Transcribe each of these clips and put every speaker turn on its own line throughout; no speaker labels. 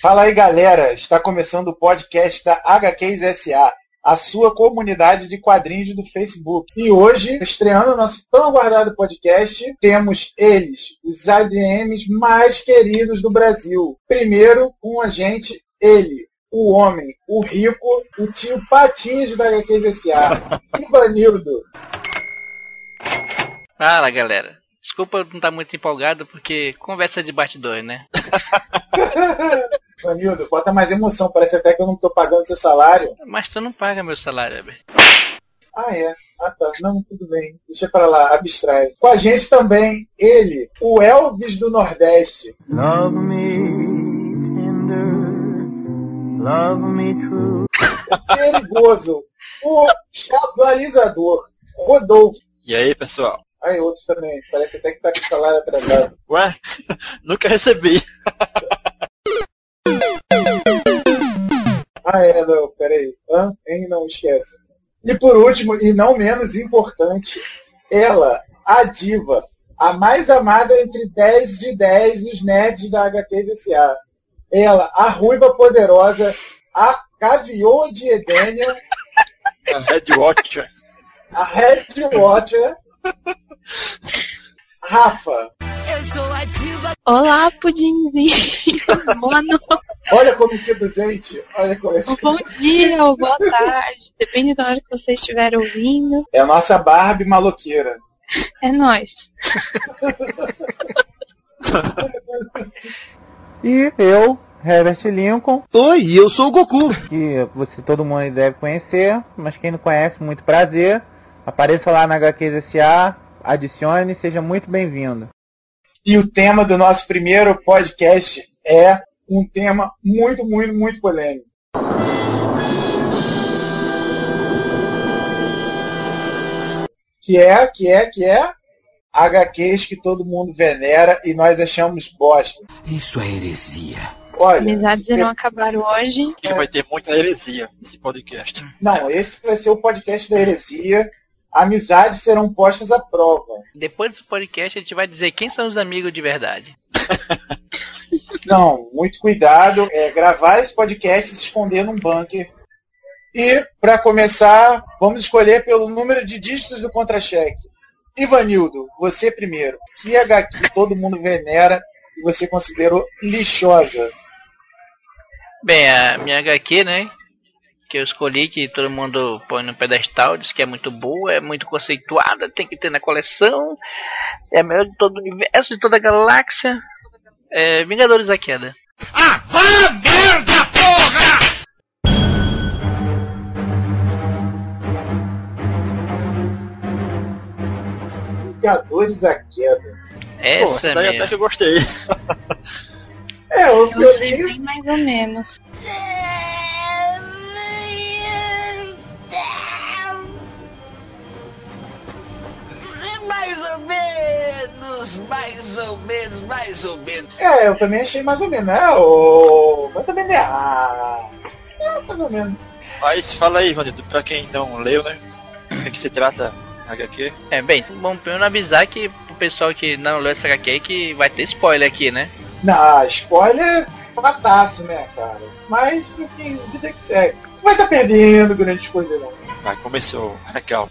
Fala aí, galera. Está começando o podcast da HQs SA, a sua comunidade de quadrinhos do Facebook. E hoje, estreando o nosso tão aguardado podcast, temos eles, os ADMs mais queridos do Brasil. Primeiro, com a gente, ele, o homem, o rico, o tio Patinhas da HQs SA, Ivanildo.
Fala, galera. Desculpa eu não estar muito empolgado, porque conversa de bastidor, né?
Ivanildo, bota mais emoção. Parece até que eu não estou pagando seu salário.
Mas tu não paga meu salário, Heber.
Ah, é? Ah, tá. Não, tudo bem. Deixa pra lá, abstrai. Com a gente também, ele, o Elvis do Nordeste.
Love me tender, love me true.
O perigoso, o chabalizador, Rodolfo.
E aí, pessoal?
Aí, outros também. Parece até que tá com o salário atrasado.
Ué? Nunca recebi.
Ah, é, não, peraí. Hein? Não esquece. E por último, e não menos importante, ela, a diva, a mais amada entre 10 de 10 dos nerds da HQs SA. Ela, a ruiva poderosa, a Caviô de Edênia,
A Red Watcher.
a Red Watcher, Rafa.
Eu sou a diva.
Olá, pudimzinho. Boa noite.
Olha como seduzente. Olha como é
Bom dia ou boa tarde. Depende da hora que você estiver ouvindo.
É a nossa Barbie maloqueira.
É nóis.
E eu, Herbert Lincoln.
Oi, eu sou o Goku.
Que todo mundo deve conhecer, mas quem não conhece, muito prazer. Apareça lá na HQs SA, adicione, seja muito bem-vindo.
E o tema do nosso primeiro podcast é um tema muito, muito, muito polêmico. Que é HQs que todo mundo venera e nós achamos bosta.
Isso é heresia.
Olha,
Amizades irão acabar hoje.
Que vai ter muita heresia nesse podcast.
não, esse vai ser o podcast da heresia. Amizades serão postas à prova.
Depois do podcast a gente vai dizer quem são os amigos de verdade.
Não, muito cuidado. Gravar esse podcast e se esconder num bunker. E, para começar, vamos escolher pelo número de dígitos do contra-cheque. Ivanildo, você primeiro. Que HQ todo mundo venera e você considerou lixosa?
Bem, a minha HQ, né? Que eu escolhi, que todo mundo põe no pedestal, diz que é muito boa, é muito conceituada, tem que ter na coleção, é a melhor de todo o universo, de toda a galáxia. É Vingadores à Queda.
Ah, vá merda, porra!
Vingadores à Queda.
Essa
daí
mesmo.
até que eu gostei.
Eu
Eu achei
li.
bem mais ou menos.
Mais ou menos, mais ou menos, mais ou menos.
Eu também achei mais ou menos, né? Mas também não é. Mais ou menos.
Mas fala aí, Vanildo, pra quem não leu, né? O que se trata HQ?
Bem, bom, primeiro avisar que pro pessoal que não leu essa HQ que vai ter spoiler aqui, né?
Não, spoiler fataço, né, cara? Mas, assim, vida que segue. Não vai estar perdendo grandes coisas, não.
Vai, começou. Legal.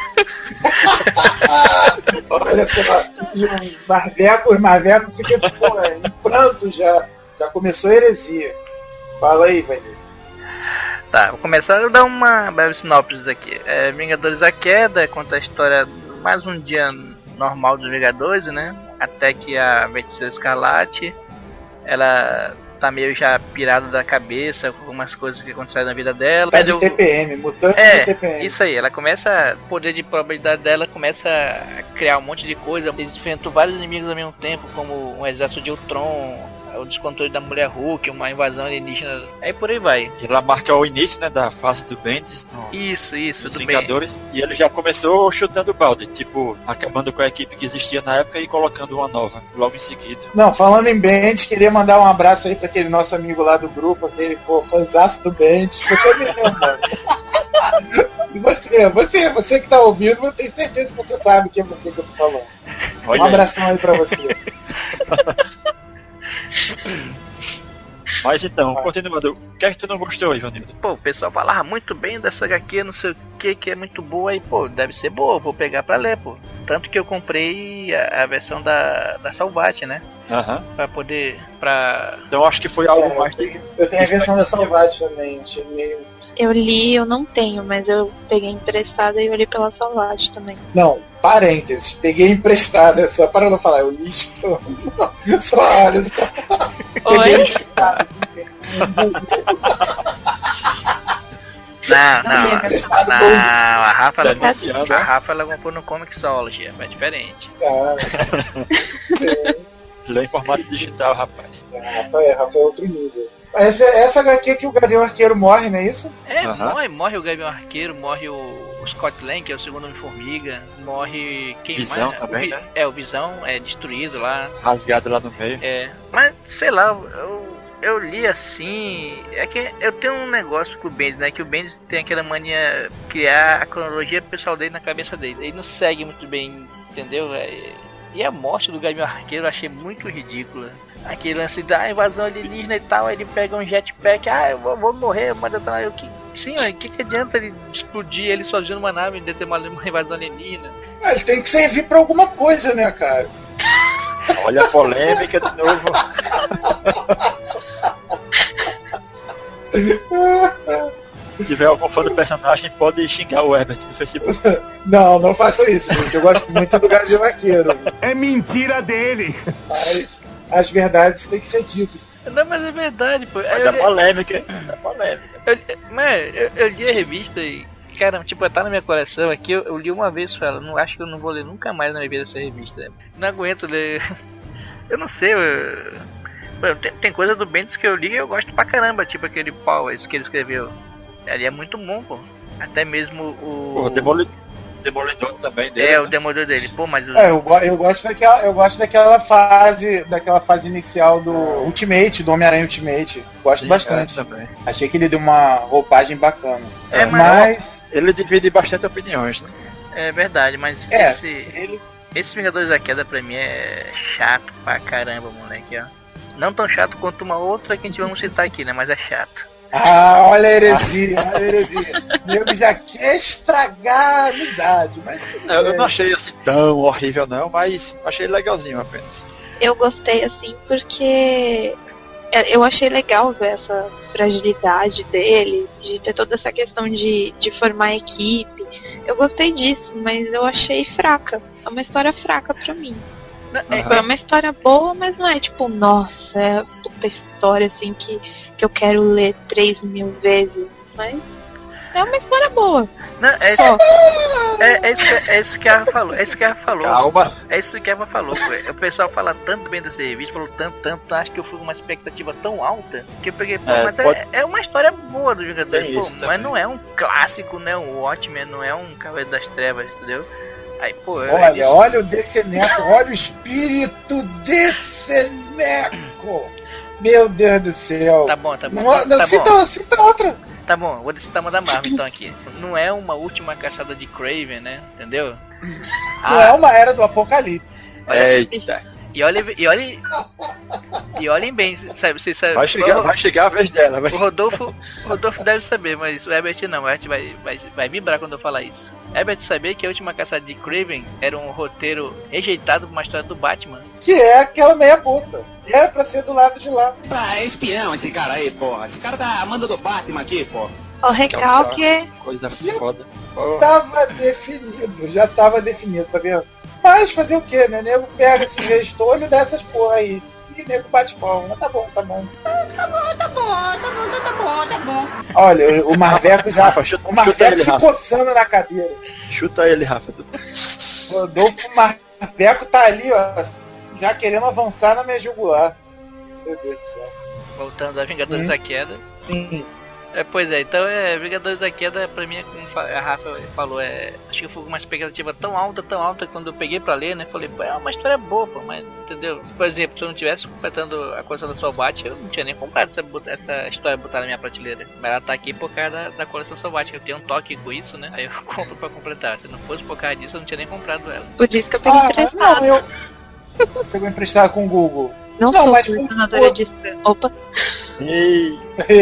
Olha só, os Marvecos ficam em pranto já. Já começou a heresia. Fala aí, Vanildo.
Tá, vou começar a dar uma breve sinopse aqui. Vingadores à Queda conta a história de mais um dia normal dos Vingadores, né? Até que a Feiticeira Escarlate, ela tá meio já pirada da cabeça com algumas coisas que aconteceram na vida dela.
Tá de TPM, mutante de TPM.
Isso aí, ela começa, o poder de probabilidade dela começa a criar um monte de coisa. Eles enfrentam vários inimigos ao mesmo tempo, como um exército de Ultron, o descontrole da Mulher Hulk, uma invasão alienígena, aí por aí vai.
E ela marca o início, né, da fase do Bendis
Isso,
dos
do
Vingadores. Bem. E ele já começou chutando o balde, tipo, acabando com a equipe que existia na época e colocando uma nova, logo em seguida.
Não, falando em Bendis, queria mandar um abraço aí pra aquele nosso amigo lá do grupo, aquele fãzaço do Bendis. Você me lembra. E você que tá ouvindo, eu tenho certeza que você sabe que é você que eu tô falando.
Olha
um abração aí pra você.
Mas então, continuando, o que é que tu não gostou, Ivanildo?
Pô, o pessoal falava muito bem dessa HQ, não sei o que é muito boa, e pô, deve ser boa, vou pegar pra ler, pô. Tanto que eu comprei a versão da Salvat, né?
Aham.
Pra poder,
Então acho que foi algo mais...
Eu tenho a versão da Salvat também, achei meio...
Eu li, eu não tenho, mas eu peguei emprestada e eu li pela Salvat também.
Não, parênteses, peguei emprestada, só para não falar, eu li só olha só.
Oi?
Não, a Rafa
Denunciando,
ela comprou no Comixology, é diferente.
Lê em formato digital, rapaz.
Rafa é outro nível. Essa HQ que o Gavião Arqueiro morre, não é isso?
É, morre o Gavião Arqueiro, morre o Scott Lang, que é o segundo Homem-Formiga, morre quem
Visão
mais?
Também, né?
O Visão é destruído lá.
Rasgado lá no meio.
É, mas sei lá, eu li assim. É que eu tenho um negócio com o Bendis, né? Que o Bendis tem aquela mania de criar a cronologia pessoal dele na cabeça dele. Ele não segue muito bem, entendeu? E a morte do Gavião Arqueiro eu achei muito ridícula. Aquele lance da invasão alienígena e tal, aí ele pega um jetpack, eu vou morrer, mas eu sim, o que adianta ele explodir ele sozinho numa nave e ter uma invasão alienígena?
Ele tem que servir pra alguma coisa, né, cara?
Olha a polêmica de novo. Se tiver algum fã do personagem, pode xingar o Herbert no Facebook.
Não façam isso, gente. Eu gosto muito do Gavião Arqueiro.
É mentira dele.
Mas as verdades têm que ser ditas.
Não, mas é verdade, pô.
É polêmica.
Eu li a revista e, cara, tipo, tá na minha coleção aqui, eu li uma vez só ela. Não acho que eu não vou ler nunca mais na minha vida essa revista. Não aguento ler. Eu não sei, tem coisa do Bendis que eu li e eu gosto pra caramba, tipo aquele Powers que ele escreveu. Ali é muito bom, pô. Até mesmo o
Demolidor também dele.
O Demolidor dele. Pô, mas
eu gosto daquela fase inicial do Ultimate, do Homem-Aranha Ultimate. Gosto bastante
também.
Achei que ele deu uma roupagem bacana.
Mas
ele divide bastante opiniões, né?
É verdade, mas esse Vingadores da Queda pra mim é chato pra caramba, moleque, ó. Não tão chato quanto uma outra que a gente vamos citar aqui, né? Mas é chato.
Olha a heresia, Nego já quer estragar a amizade. Mas
eu não achei assim tão horrível não, mas achei legalzinho apenas.
Eu gostei assim porque eu achei legal ver essa fragilidade deles, de ter toda essa questão de formar equipe. Eu gostei disso, mas eu achei fraca. É uma história fraca pra mim. É uma história boa, mas não é tipo, nossa, é puta história assim que eu quero ler 3.000 vezes. Mas é uma história boa.
Não, é isso que ela falou. É isso que ela falou.
Calma.
É isso que ela falou. O pessoal fala tanto bem dessa revista, falou tanto, acho que eu fui com uma expectativa tão alta que eu peguei, é uma história boa do jogador, mas não é um clássico, né? Um Watchmen, não é um Cavaleiro das Trevas, entendeu? Aí, pô,
olha o Deceneco, olha o espírito Deceneco. Meu Deus do céu.
Tá bom.
Cita outra.
Tá bom, vou citar uma da Marvel então aqui. Não é uma última caçada de Kraven, né? Entendeu?
Não é uma era do Apocalipse.
Eita.
E olhem bem, sabe? Você sabe,
vai chegar a vez dela.
O Rodolfo deve saber, mas o Herbert não. O Herbert vai vibrar quando eu falar isso. Herbert sabia que a última caçada de Kraven era um roteiro rejeitado por uma história do Batman.
Que é aquela meia boca. Era pra ser do lado de lá.
É espião esse cara aí, porra. Esse cara tá amando do Batman aqui, porra.
O recalque.
Coisa foda.
Já tava definido, tá vendo? Mas fazer o que, né? O nego pega esse gestor e dá essas porra aí. E nego bate palma. Tá bom.
Tá bom.
Olha, o Marveco já. O Marveco se coçando na cadeira.
Chuta ele, Rafa.
Rodolfo Marveco tá ali, ó. Já querendo avançar na minha jugular. Meu Deus do céu.
Voltando a Vingadores da Queda.
Sim.
Pois é, então Vingadores da Queda pra mim, como a Rafa falou, acho que eu fui com uma expectativa tão alta quando eu peguei pra ler, né? Falei, pô, é uma história boa, pô, mas entendeu? Por exemplo, se eu não tivesse completando a coleção da Salvat, eu não tinha nem comprado essa história botar na minha prateleira. Mas ela tá aqui por causa da coleção Salvat, eu tenho um toque com isso, né? Aí eu compro pra completar. Se não fosse por causa disso, eu não tinha nem comprado ela.
Por isso que eu peguei emprestado.
Pegou emprestado com o Google.
Não sou colecionadora de... Opa!
Ei.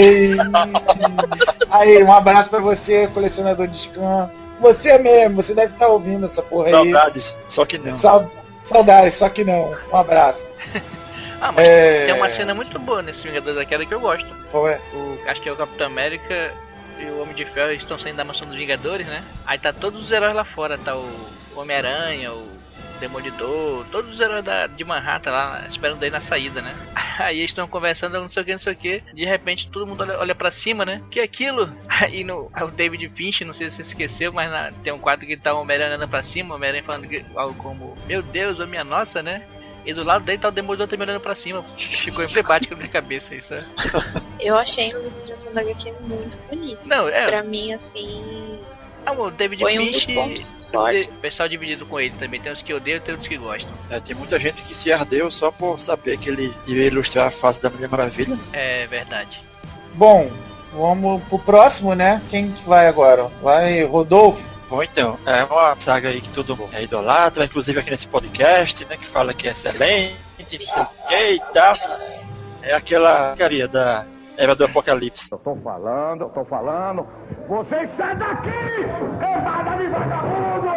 Aí, um abraço pra você, colecionador de scan. Você mesmo, você deve estar ouvindo essa porra aí.
Saudades, só que não.
Saudades, só que não. Um abraço.
Mas tem uma cena muito boa nesse Vingadores da Queda que eu gosto.
Qual é?
Acho que é o Capitão América e o Homem de Ferro estão saindo da mansão dos Vingadores, né? Aí tá todos os heróis lá fora, tá o Homem-Aranha, o Demolidor, todos os heróis de Manhattan lá, esperando aí na saída, né? Aí eles estão conversando, não sei o que, de repente todo mundo olha pra cima, né? Que é aquilo? Aí o David Finch, não sei se você esqueceu, mas tem um quadro que tá o Homem-Aranha andando pra cima, o Homem-Aranha falando algo como, meu Deus, minha nossa, né? E do lado dele tá o Demolidor também olhando pra cima. Ficou emblemático na minha cabeça isso, né?
Eu achei a ilustração da HQ muito bonita.
Não,
pra mim, assim...
o David
foi
Finch,
o
pessoal dividido com ele também. Tem uns que odeiam e tem outros que gostam.
Tem muita gente que se ardeu só por saber que ele iria ilustrar a fase da Mulher Maravilha.
É verdade.
Bom, vamos pro próximo, né? Quem que vai agora? Vai Rodolfo?
Bom, então, é uma saga aí que todo mundo idolatra, inclusive aqui nesse podcast, né, que fala que é excelente, não sei o que e tal. É aquela carinha da Era do Apocalipse.
Eu tô falando. Vocês saem daqui! Levada de vagabundo!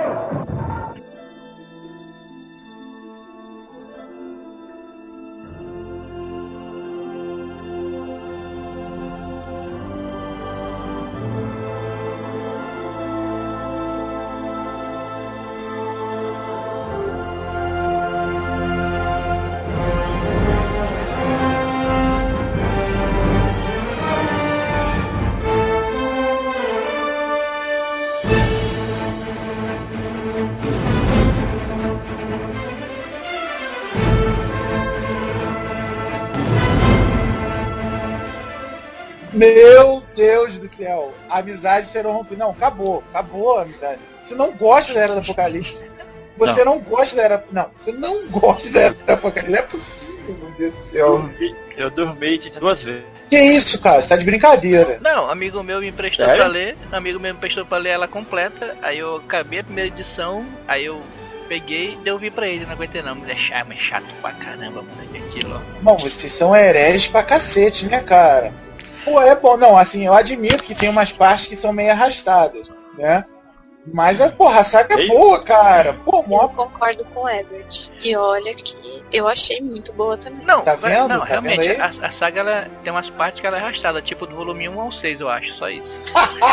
Meu Deus do céu, a amizade será rompida. Não, acabou a amizade. Você não gosta da Era do Apocalipse. Você não gosta da Era. Não, você não gosta da Era do Apocalipse. Não é possível, meu Deus do céu.
Eu dormi 2 vezes.
Que isso, cara? Você tá de brincadeira.
Não, amigo meu me emprestou pra ler. Amigo meu me emprestou pra ler ela completa. Aí eu acabei a primeira edição. Aí eu peguei e devolvi pra ele. Não aguentei não. Me deixar, mas chato pra caramba, mano. Aquilo.
Bom, vocês são hereges pra cacete, né, cara? Pô, é bom. Não, assim, eu admito que tem umas partes que são meio arrastadas, né? Mas, a saga é boa, cara. Pô,
eu concordo com o Ebert. E olha que eu achei muito boa também.
Não,
tá vendo?
Não,
tá
realmente,
vendo
a saga ela tem umas partes que ela é arrastada, tipo do volume 1 ao 6, eu acho, só isso.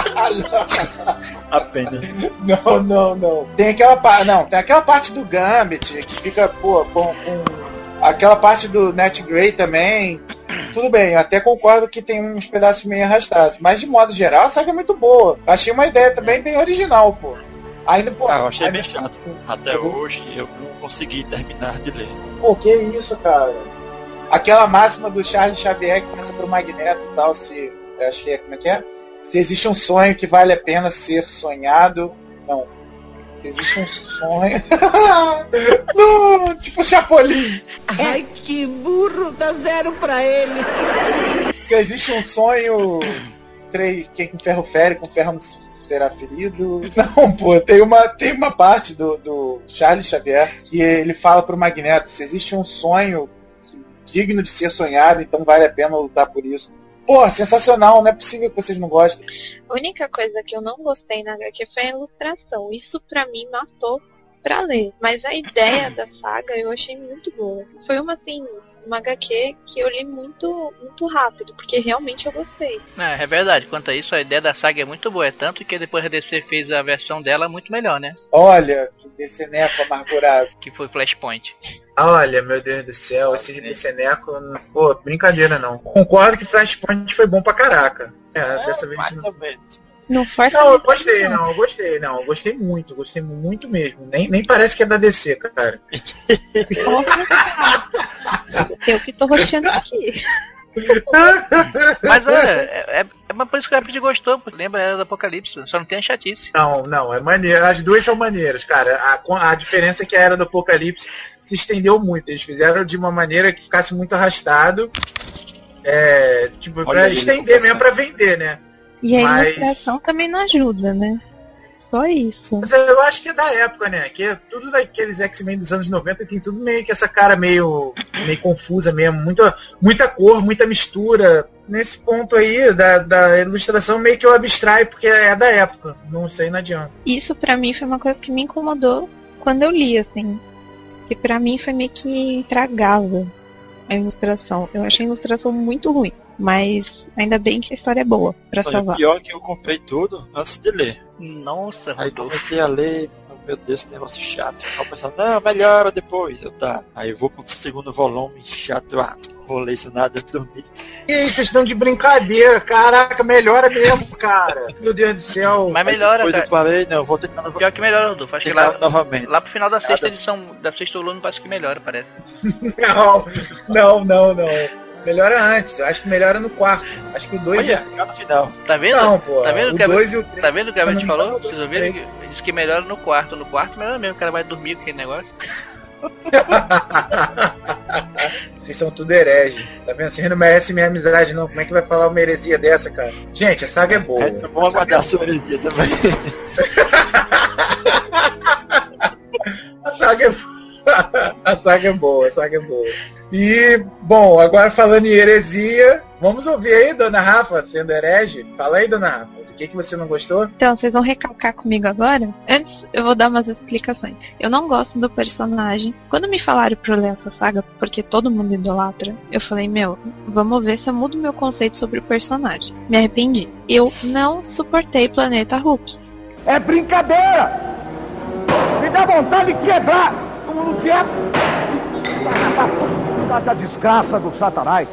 Apenas.
Não. Tem aquela parte do Gambit que fica, com aquela parte do Net Grey também. Tudo bem, eu até concordo que tem uns pedaços meio arrastados, mas de modo geral a saga é muito boa. Achei uma ideia também bem original, pô. Ainda,
eu achei bem chato. Até hoje eu não consegui terminar de ler.
Pô, que isso, cara? Aquela máxima do Charles Xavier que passa pro Magneto e tal, acho que como é que é? Se existe um sonho que vale a pena ser sonhado, não. Se existe um sonho... não, tipo Chapolin.
Ai, que burro, dá 0 pra ele.
Se existe um sonho, quem com ferro fere, com ferro não será ferido. Não, pô, tem uma parte do Charles Xavier que ele fala pro Magneto, se existe um sonho digno de ser sonhado, então vale a pena lutar por isso. Pô, sensacional, não é possível que vocês não gostem.
A única coisa que eu não gostei na HQ foi a ilustração. Isso pra mim matou pra ler. Mas a ideia da saga eu achei muito boa. Foi uma HQ que eu li muito, muito rápido, porque realmente eu gostei.
É verdade, quanto a isso, a ideia da saga é muito boa. É tanto que depois a DC fez a versão dela muito melhor, né?
Olha, que DCneco amargurado.
Que foi Flashpoint.
Olha, meu Deus do céu, esse DCneco, pô, brincadeira não. Concordo que Flashpoint foi bom pra caraca. Dessa vez
não força.
Não, eu gostei muito mesmo. Nem parece que é da DC, cara.
Eu que tô roxando aqui.
Mas olha, é por isso que o Rapid gostou, porque lembra Era do Apocalipse, só não tem a chatice.
Não, é maneiro. As duas são maneiras, cara. A diferença é que a Era do Apocalipse se estendeu muito. Eles fizeram de uma maneira que ficasse muito arrastado. Pra estender mesmo, pra vender, né?
E a ilustração também não ajuda, né? Só isso.
Mas eu acho que é da época, né? Que é tudo daqueles X-Men dos anos 90 tem tudo meio que essa cara meio meio confusa mesmo, muita cor, muita mistura. Nesse ponto aí da ilustração meio que eu abstraio porque é da época, não sei, não adianta.
Isso pra mim foi uma coisa que me incomodou quando eu li, assim. Que pra mim foi meio que tragável a ilustração. Eu achei a ilustração muito ruim, mas ainda bem que a história é boa pra salvar.
O pior é que eu comprei tudo antes de ler.
Nossa,
Aí
Rodolfo.
comecei a ler, meu Deus, esse negócio chato. Eu pensando, não, melhora depois. Aí eu vou pro segundo volume, chato, vou ler isso nada, dormir.
E aí, vocês estão de brincadeira, caraca, melhora mesmo, cara. Meu Deus do céu.
Mas melhora,
Depois
cara.
eu parei, não, vou tentar novamente.
Pior que melhora, Rodolfo. Acho que
Tentar novamente.
lá pro final da sexta edição, da sexta volume, parece que melhora, parece.
Não. Melhora antes, eu acho que melhora no quarto. Acho que o 2
Olha, no final.
Tá vendo?
Não, pô.
Tá vendo
O
que a-
2 e o 3.
Tá vendo o que a gente
Não,
falou?
não,
Vocês ouviram? Ele disse que melhora no quarto. No quarto melhora mesmo, o cara vai dormir com aquele negócio.
Vocês são tudo herege. Tá vendo? Vocês não merecem minha amizade, não. Como é que vai falar uma heresia dessa, cara? Gente, a saga é boa.
Vamos aguardar a sua heresia também.
A saga é boa. E, bom, agora falando em heresia, vamos ouvir aí, dona Rafa, sendo herege. Fala aí, dona Rafa, do que você não gostou?
Então, vocês vão recalcar comigo agora? Antes, eu vou dar umas explicações. Eu não gosto do personagem. Quando me falaram pra eu ler essa saga, porque todo mundo idolatra, eu falei, vamos ver se eu mudo meu conceito sobre o personagem. Me arrependi. Eu não suportei Planeta Hulk.
É brincadeira! Me dá vontade de quebrar! Como não quer? Da desgraça do Satanás!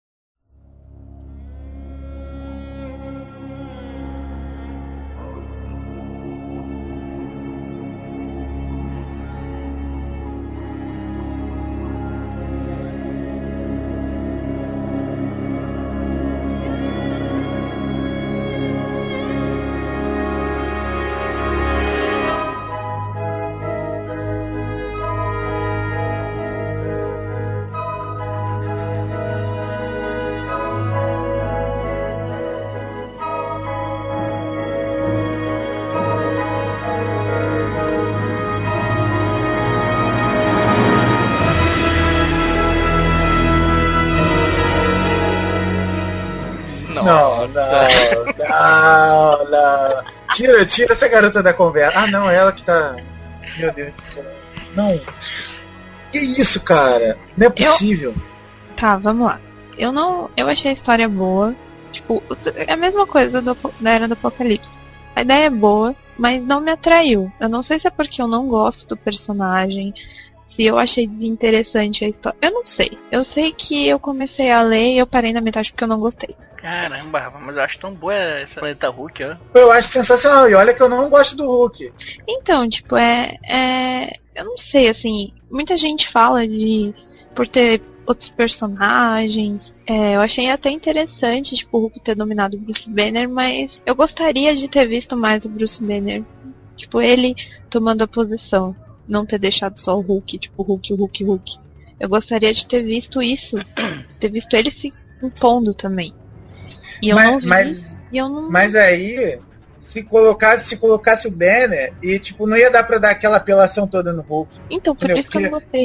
Não. Tira essa garota da conversa. Ah, não, é ela que tá... Meu Deus do céu. Não. Que isso, cara? Não é possível.
Tá, vamos lá. Eu achei a história boa. Tipo, é a mesma coisa da Era do Apocalipse. A ideia é boa, mas não me atraiu. Eu não sei se é porque eu não gosto do personagem, se eu achei desinteressante a história. Eu não sei. Eu sei que eu comecei a ler e eu parei na metade porque eu não gostei.
Caramba, mas eu acho tão boa essa Planeta Hulk, ó.
Eu acho sensacional. E olha que eu não gosto do Hulk.
Então, tipo, eu não sei, assim, muita gente fala por ter outros personagens. Eu achei até interessante, tipo, o Hulk ter dominado o Bruce Banner, mas eu gostaria de ter visto mais o Bruce Banner. Tipo, ele tomando a posição. Não ter deixado só o Hulk, tipo, Hulk. Eu gostaria de ter visto isso. Ter visto ele se impondo também. E eu não vi, e eu não...
Mas aí, se colocasse o Banner, e tipo, não ia dar pra dar aquela apelação toda no Hulk.
Então, por isso que eu não gostei.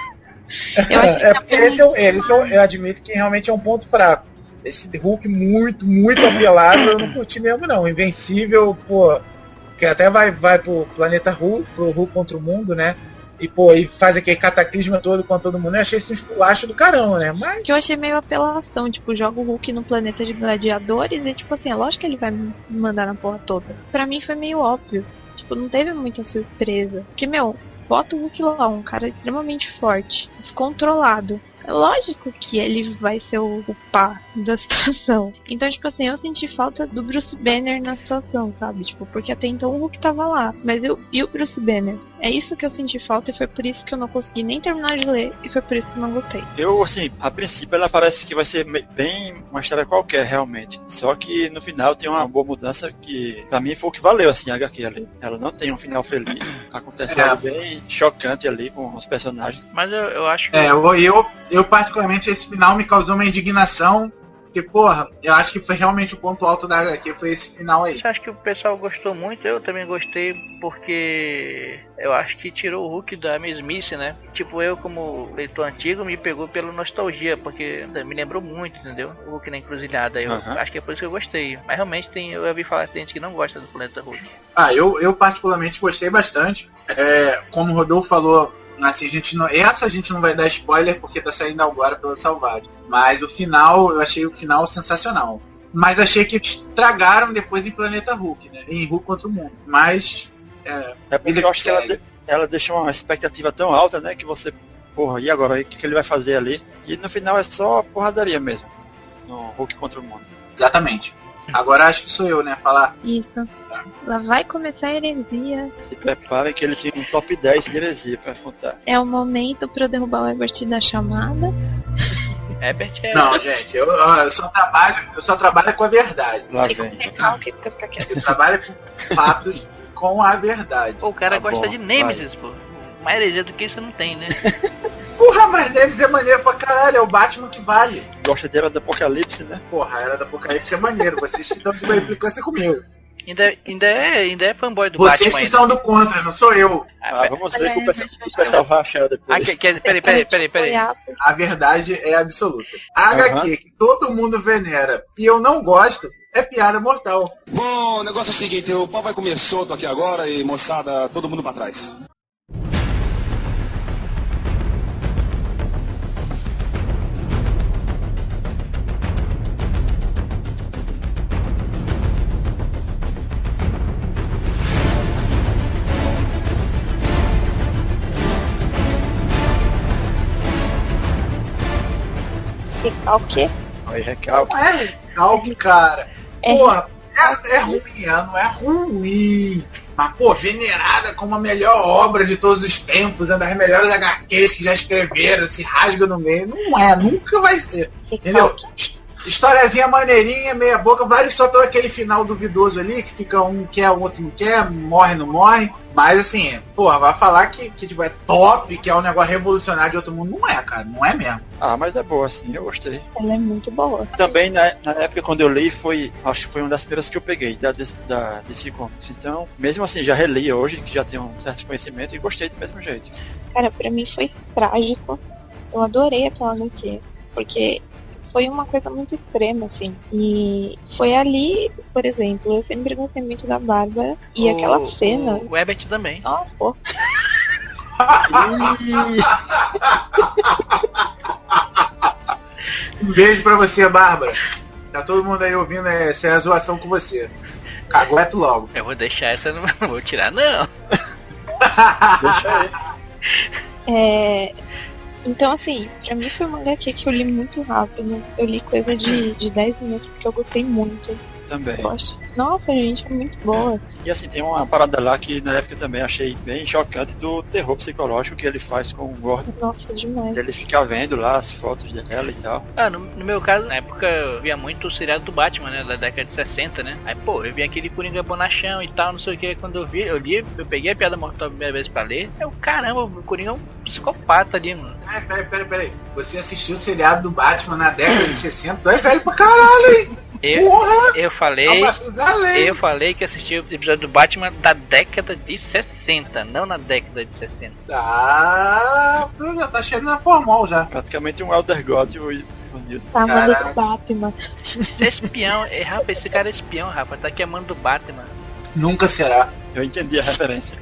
Eu admito que realmente é um ponto fraco. Esse Hulk muito, muito apelado, eu não curti mesmo não. Invencível, pô, que até vai pro planeta Hulk, pro Hulk contra o mundo, né? E, pô, e faz aquele cataclisma todo com todo mundo. Eu achei isso um esculacho do caramba, né? Mas...
Que eu achei meio apelação, tipo, joga o Hulk no planeta de gladiadores e, tipo assim, é lógico que ele vai me mandar na porra toda. Pra mim foi meio óbvio. Tipo, não teve muita surpresa. Porque, bota o Hulk lá, um cara extremamente forte, descontrolado. É lógico que ele vai ser o pá da situação. Então, tipo assim, eu senti falta do Bruce Banner na situação, sabe? Tipo, porque até então o Hulk tava lá. Mas e o Bruce Banner? É isso que eu senti falta e foi por isso que eu não consegui nem terminar de ler e foi por isso que eu não gostei.
Eu, assim, a princípio ela parece que vai ser bem uma história qualquer, realmente. Só que no final tem uma boa mudança que, pra mim, foi o que valeu, assim, a HQ ali. Ela não tem um final feliz. Acontece algo bem chocante ali com os personagens.
Mas eu acho que...
Eu particularmente, esse final me causou uma indignação Porque, porra, eu acho que foi realmente o ponto alto da HQ, foi esse final aí.
Eu acho que o pessoal gostou muito, eu também gostei, porque eu acho que tirou o Hulk da mesmice, né? Tipo, eu como leitor antigo me pegou pela nostalgia, porque me lembrou muito, entendeu? O Hulk na encruzilhada, eu acho que é por isso que eu gostei. Mas realmente eu ouvi falar que tem gente que não gosta do Planeta Hulk.
Eu particularmente gostei bastante. Como o Rodolfo falou, assim, a gente não vai dar spoiler porque tá saindo agora pela Salvagem. Mas o final, eu achei o final sensacional. Mas achei que estragaram depois em Planeta Hulk, né? Em Hulk contra o Mundo. Mas...
porque eu acho que ela deixou uma expectativa tão alta, né? Que você... Porra, e agora? O que ele vai fazer ali? E no final é só porradaria mesmo. No Hulk contra o Mundo.
Exatamente. Agora acho que sou eu, né? Falar.
Isso. Lá vai começar a heresia.
Se preparem que ele tem um top 10 de heresia pra contar.
É o momento pra eu derrubar o Ebert da chamada.
Ebert é...
Não, gente, eu só trabalho com a verdade.
Lá vem.
Eu trabalho com fatos com a verdade.
Pô, o cara gosta de Nemesis, pô. Mais heresia do que isso não tem, né?
Porra, mas Nemesis é maneiro pra caralho, é o Batman que vale.
Gosta de Era do Apocalipse, né?
Porra, Era do Apocalipse é maneiro, vocês que estão com uma implicância comigo.
Ainda é fanboy do
vocês
Batman.
Vocês que são do contra, não sou eu.
Vamos ver o que o pessoal vai achar depois.
Peraí.
A verdade é absoluta. A HQ que todo mundo venera e eu não gosto é Piada Mortal.
Bom, o negócio é o seguinte, o pau vai comer solto aqui agora e, moçada, todo mundo pra trás.
Recalque?
Recalque.
Não é recalque, cara. Porra, é ruim, não é ruim. Mas, pô, venerada como a melhor obra de todos os tempos, uma das melhores HQs que já escreveram, se rasga no meio. Não é, nunca vai ser. Entendeu? Historiazinha maneirinha, meia boca, vale só pelo aquele final duvidoso ali, que fica um quer, o outro não quer, morre, não morre. Mas assim, porra, vai falar que tipo, é top, que é um negócio revolucionário de outro mundo. Não é, cara, não é mesmo.
Ah, mas é boa, sim, eu gostei.
Ela é muito boa.
Também na época quando eu li, acho que foi uma das primeiras que eu peguei, da DC Comics. Então, mesmo assim, já reli hoje, que já tenho um certo conhecimento, e gostei do mesmo jeito.
Cara, pra mim foi trágico. Eu adorei aquela HQ, porque foi uma coisa muito extrema, assim. E foi ali, por exemplo, eu sempre gostei muito da Bárbara. E aquela cena...
O Ebert também.
Nossa, pô.
Um beijo pra você, Bárbara. Tá todo mundo aí ouvindo essa é a zoação com você. Cagueto logo.
Eu vou deixar essa, não vou tirar, não.
Deixa aí.
Então, assim, pra mim foi uma HQ que eu li muito rápido. Eu li coisa de 10 minutos porque eu gostei muito.
Também.
Nossa, gente, é muito boa.
E assim, tem uma parada lá que na época também achei bem chocante do terror psicológico que ele faz com o Gordon.
Nossa, demais.
Ele fica vendo lá as fotos dela e tal.
No meu caso, na época eu via muito o seriado do Batman, né, da década de 60, né. Aí, pô, eu vi aquele Coringa bonachão e tal, não sei o que. Quando eu peguei a Piada Mortal a primeira vez pra ler. Caramba, o Coringa é um psicopata ali, mano.
Peraí. Você assistiu o seriado do Batman na década de 60? Tu é velho pra caralho, hein?
Eu falei que assisti o episódio do Batman da década de 60, não na década de 60.
Tu já tá cheio na formal já.
Praticamente um Elder God
Tá mandando do Batman.
Esse é espião, rapaz, esse cara é espião, rapaz, tá queimando do Batman.
Nunca será.
Eu entendi a referência.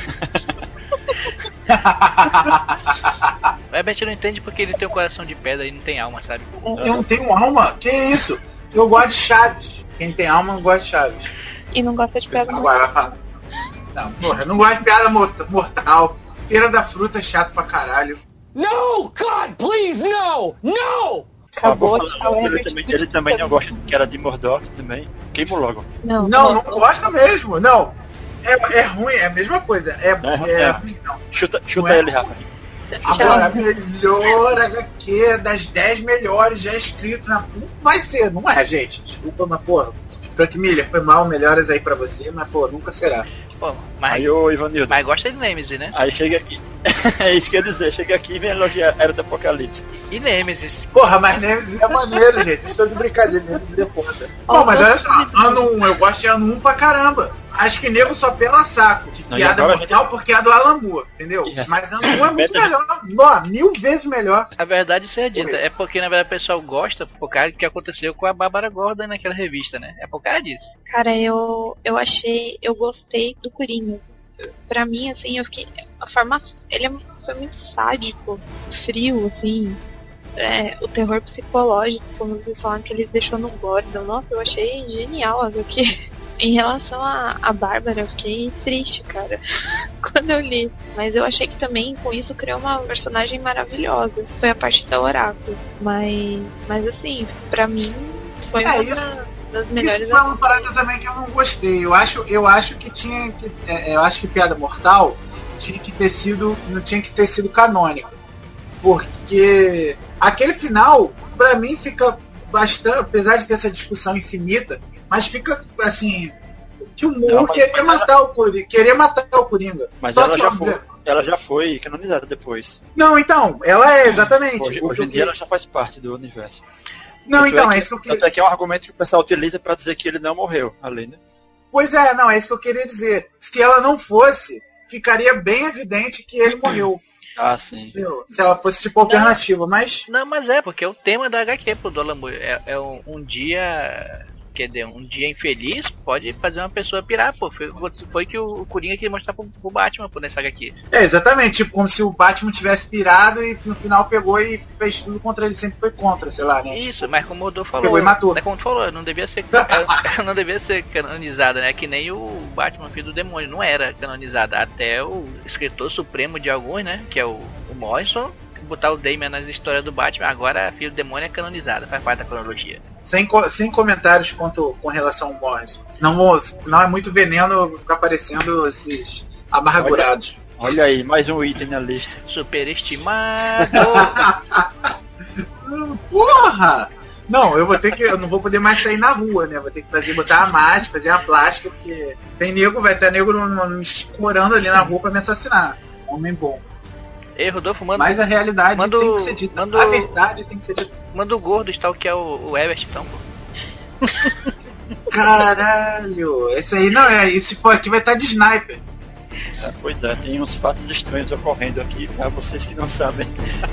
O Herbert não entende porque ele tem um coração de pedra e não tem alma, sabe?
Eu não tenho alma? Que isso? Eu gosto de Chaves. Quem tem alma não gosta de Chaves.
E não gosta de piada
mortal. Agora vai falar. Não, porra, eu não gosto de piada mortal. Feira da Fruta é chato pra caralho.
No, God, please, no! No!
Acabou.
Ele também não gosta que era de Murdoch também. Queimou logo.
Não gosta mesmo. Não. É ruim, é a mesma coisa. É ruim, não.
Chuta ele, Rafa.
Agora, a melhor HQ das 10 melhores já escritos na... Não vai ser, não é, gente. Desculpa, mas, porra, Frank Miller, foi mal, melhores aí pra você, mas, pô, nunca será.
Pô, mas
aí, ô Ivanildo.
Mas gosta de Nemesis, né?
Aí chega aqui. É isso que eu ia dizer, chega aqui e vem elogiar a Era do Apocalipse.
E Nemesis.
Porra, mas Nemesis é maneiro, gente. Vocês estão de brincadeira, Nemesis é foda. Pô, mas olha só, ano 1, eu gosto de ano 1 pra caramba. Acho que nego só pela saco de
Não,
piada
agora
mortal porque é do Alan Moore, entendeu?
Yes.
Mas ano 1 é muito melhor. Ó, 1000 vezes melhor.
A verdade seja dita, é porque na verdade o pessoal gosta por causa do que aconteceu com a Bárbara Gordon naquela revista, né? É por causa disso.
Cara, eu gostei do Coringa. Pra mim, assim, eu fiquei... Ele foi muito sádico, frio, assim. O terror psicológico, como vocês falam, que ele deixou no Gordon. Nossa, eu achei genial, porque em relação a Bárbara, eu fiquei triste, cara, quando eu li. Mas eu achei que também, com isso, criou uma personagem maravilhosa. Foi a parte da Oráculo. Mas assim, pra mim, foi uma das melhores.
Isso foi uma parada também que eu não gostei. Eu acho que tinha que... eu acho que Piada Mortal não tinha que ter sido canônico. Porque aquele final, pra mim, fica bastante, apesar de ter essa discussão infinita, mas fica assim, que o Moore queria matar o Coringa.
Mas
só
ela já foi canonizada depois.
Não, então, ela é exatamente.
Hoje em dia ela já faz parte do universo.
Não, então, é isso que eu queria.
Tanto é que é um argumento que o pessoal utiliza pra dizer que ele não morreu, além, né?
Pois é, não, é isso que eu queria dizer. Se ela não fosse, ficaria bem evidente que ele morreu.
Ah, sim.
Entendeu? Se ela fosse tipo alternativa, mas...
Não, mas porque o tema da HQ pro Alan Moore é um dia... Quer dizer, um dia infeliz pode fazer uma pessoa pirar, pô. Foi que o Coringa queria mostrar pro Batman, pô, nessa HQ.
Exatamente, tipo, como se o Batman tivesse pirado e no final pegou e fez tudo contra ele, sempre foi contra, sei lá, né?
Isso, mas como o Rodolfo falou,
pegou e matou.
Né, como tu falou, não devia ser não devia ser canonizada, né? Que nem o Batman Filho do Demônio, não era canonizada. Até o escritor supremo de alguns, né? Que é o Morrison, botar o Damian nas histórias do Batman, agora Filho do Demônio é canonizada, faz parte da cronologia.
Sem comentários com relação ao Morrison. Não é muito veneno, eu vou ficar parecendo esses amargurados.
Olha aí, mais um item na lista.
Superestimado!
Porra! Não, eu não vou poder mais sair na rua, né? Vou ter que botar a máscara, fazer a plástica, porque vai ter nego me escorando ali na rua pra me assassinar. Homem bom.
Ei, Rodolfo, manda.
Mas a realidade tem que ser dita. A verdade tem que ser dita.
Manda o gordo stalkear o Everett, então, pô.
Caralho! Esse aí não é. Esse for aqui vai estar de sniper.
Pois é, tem uns fatos estranhos ocorrendo aqui pra vocês que não sabem.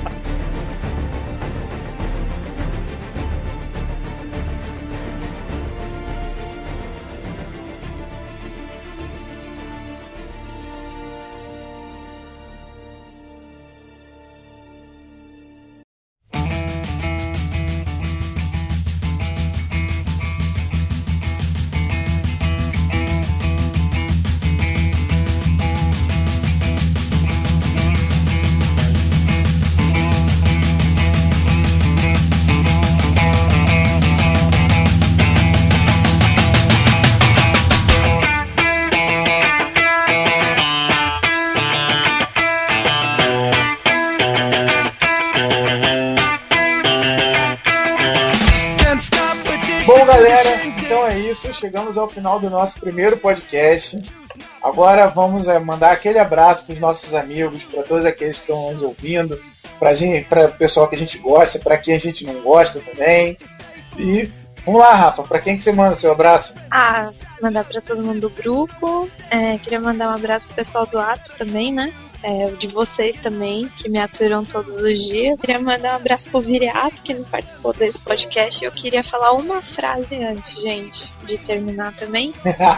Bom, galera, então é isso. Chegamos ao final do nosso primeiro podcast. Agora vamos mandar aquele abraço para os nossos amigos, para todos aqueles que estão nos ouvindo, para o pessoal que a gente gosta, para quem a gente não gosta também. E vamos lá, Rafa, para quem que você manda seu abraço?
Mandar para todo mundo do grupo. Queria mandar um abraço pro pessoal do Ato também, né? De vocês também, que me aturam todos os dias. Queria mandar um abraço pro Viriato, que não participou desse podcast. Eu queria falar uma frase antes, gente, de terminar também.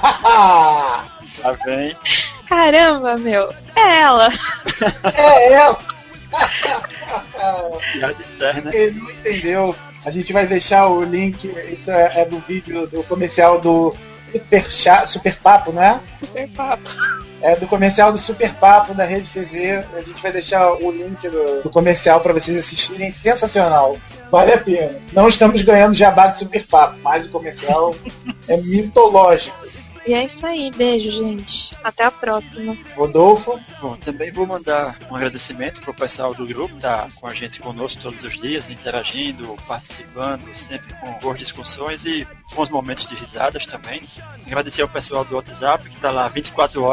Lá vem.
Caramba, meu. É ela.
É ela.
Piada interna.
Ele não entendeu. A gente vai deixar o link. Isso é do vídeo do comercial do Super Papo, não é?
Super Papo.
É do comercial do Super Papo da Rede TV. A gente vai deixar o link do comercial para vocês assistirem. Sensacional. Vale a pena. Não estamos ganhando jabá de Super Papo, mas o comercial é mitológico.
E é isso aí. Beijo, gente. Até a próxima.
Rodolfo?
Bom, também vou mandar um agradecimento pro pessoal do grupo, tá com a gente conosco todos os dias, interagindo, participando, sempre com boas discussões e bons momentos de risadas também. Agradecer ao pessoal do WhatsApp, que tá lá 24 horas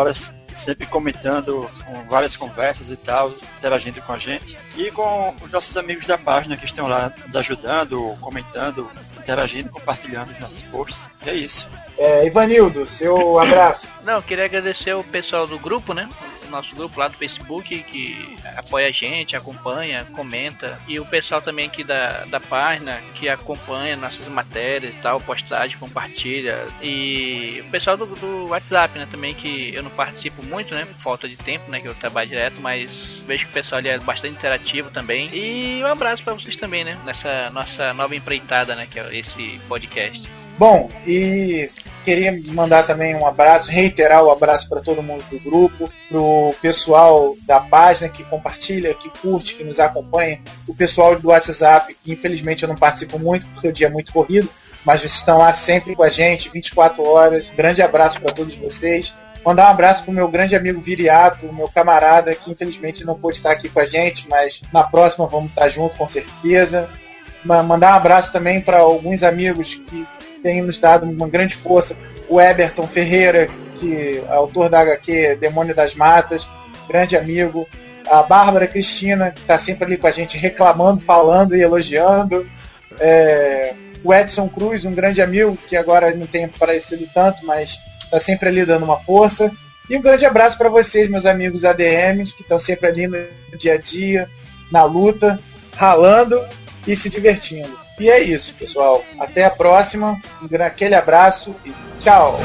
sempre comentando com várias conversas e tal, interagindo com a gente. E com os nossos amigos da página que estão lá nos ajudando, comentando, interagindo, compartilhando os nossos posts. E é isso.
Ivanildo, seu abraço.
Não, queria agradecer o pessoal do grupo, né? O nosso grupo lá do Facebook, que apoia a gente, acompanha, comenta. E o pessoal também aqui da página, que acompanha nossas matérias e tal, postagem, compartilha. E o pessoal do WhatsApp, né? Também, que eu não participo muito, né? Por falta de tempo, né? Que eu trabalho direto, mas vejo que o pessoal ali é bastante interativo também. E um abraço pra vocês também, né? Nessa nossa nova empreitada, né? Que é esse podcast.
Bom, e queria mandar também um abraço, reiterar o abraço para todo mundo do grupo, pro pessoal da página que compartilha, que curte, que nos acompanha, o pessoal do WhatsApp, que infelizmente eu não participo muito porque o dia é muito corrido, mas vocês estão lá sempre com a gente, 24 horas. Grande abraço para todos vocês. Mandar um abraço pro meu grande amigo Viriato, meu camarada, que infelizmente não pôde estar aqui com a gente, mas na próxima vamos estar junto com certeza. Mandar um abraço também para alguns amigos que tem nos dado uma grande força, o Eberton Ferreira, que é autor da HQ Demônio das Matas, grande amigo, a Bárbara Cristina, que está sempre ali com a gente reclamando, falando e elogiando, o Edson Cruz, um grande amigo, que agora não tem aparecido tanto, mas está sempre ali dando uma força, e um grande abraço para vocês, meus amigos ADMs, que estão sempre ali no dia a dia, na luta, ralando e se divertindo. E é isso, pessoal. Até a próxima. Aquele abraço e tchau!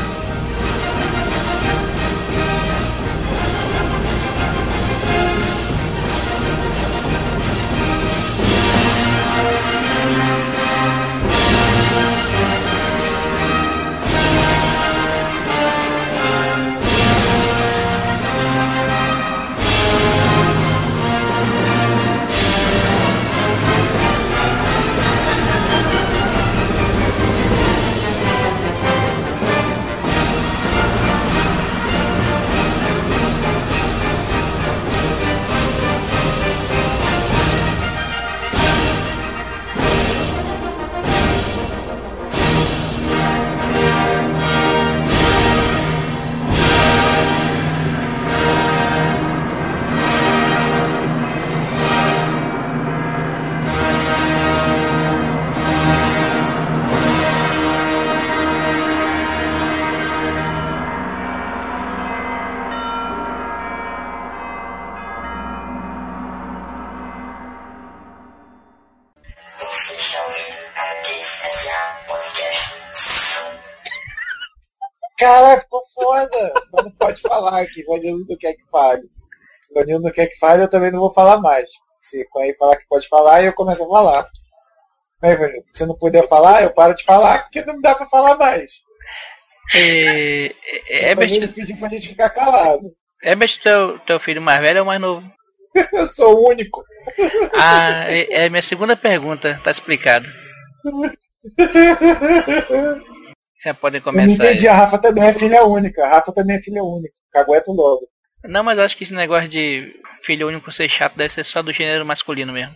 Caraca, ficou foda! Mas não pode falar aqui, o Vanildo não quer que fale. Se o Vanildo não quer que fale, eu também não vou falar mais. Se quando ele falar que pode falar, eu começo a falar. Aí, Vanildo, se eu não puder falar, eu paro de falar, porque não dá pra falar mais. O Vanildo pediu pra gente ficar calado.
Teu filho mais velho ou mais novo?
Eu sou o único.
É minha segunda pergunta, tá explicado. Já podem começar.
Eu não entendi, a Rafa também é filha única. Cagueto logo.
Não, mas acho que esse negócio de filho único ser chato deve ser só do gênero masculino mesmo.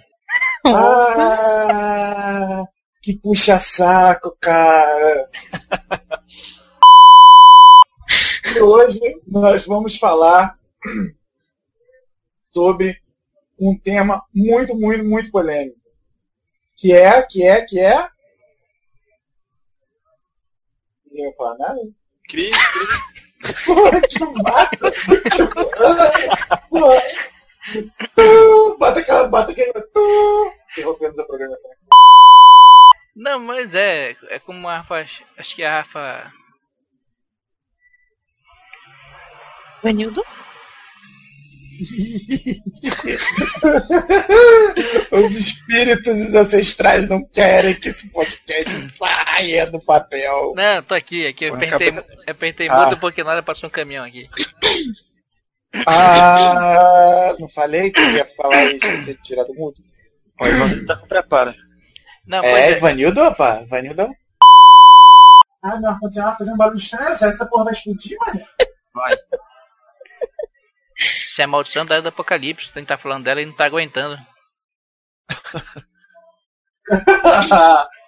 Ah, que puxa saco, cara. E hoje nós vamos falar sobre um tema muito, muito, muito polêmico. Que é? Ninguém vai falar nada?
Cris.
Porra, que massa! Bota aquele. Interrompemos a programação.
Não, mas é como a Rafa. Acho que a Rafa.
Vanildo?
Os espíritos ancestrais não querem que esse podcast saia do papel.
Não, tô aqui. Eu apertei muito porque na hora passou um caminhão aqui.
Não falei que eu ia falar isso e ser tirado do mundo?
O Ivanildo tá com preparo.
Não,
Ivanildo, opa, Ivanildo. Não, continuar fazendo barulho estranho, será que essa porra vai explodir, mano?
Vai.
Se é a maldição da Era do Apocalipse, tem que tá falando dela e não tá aguentando.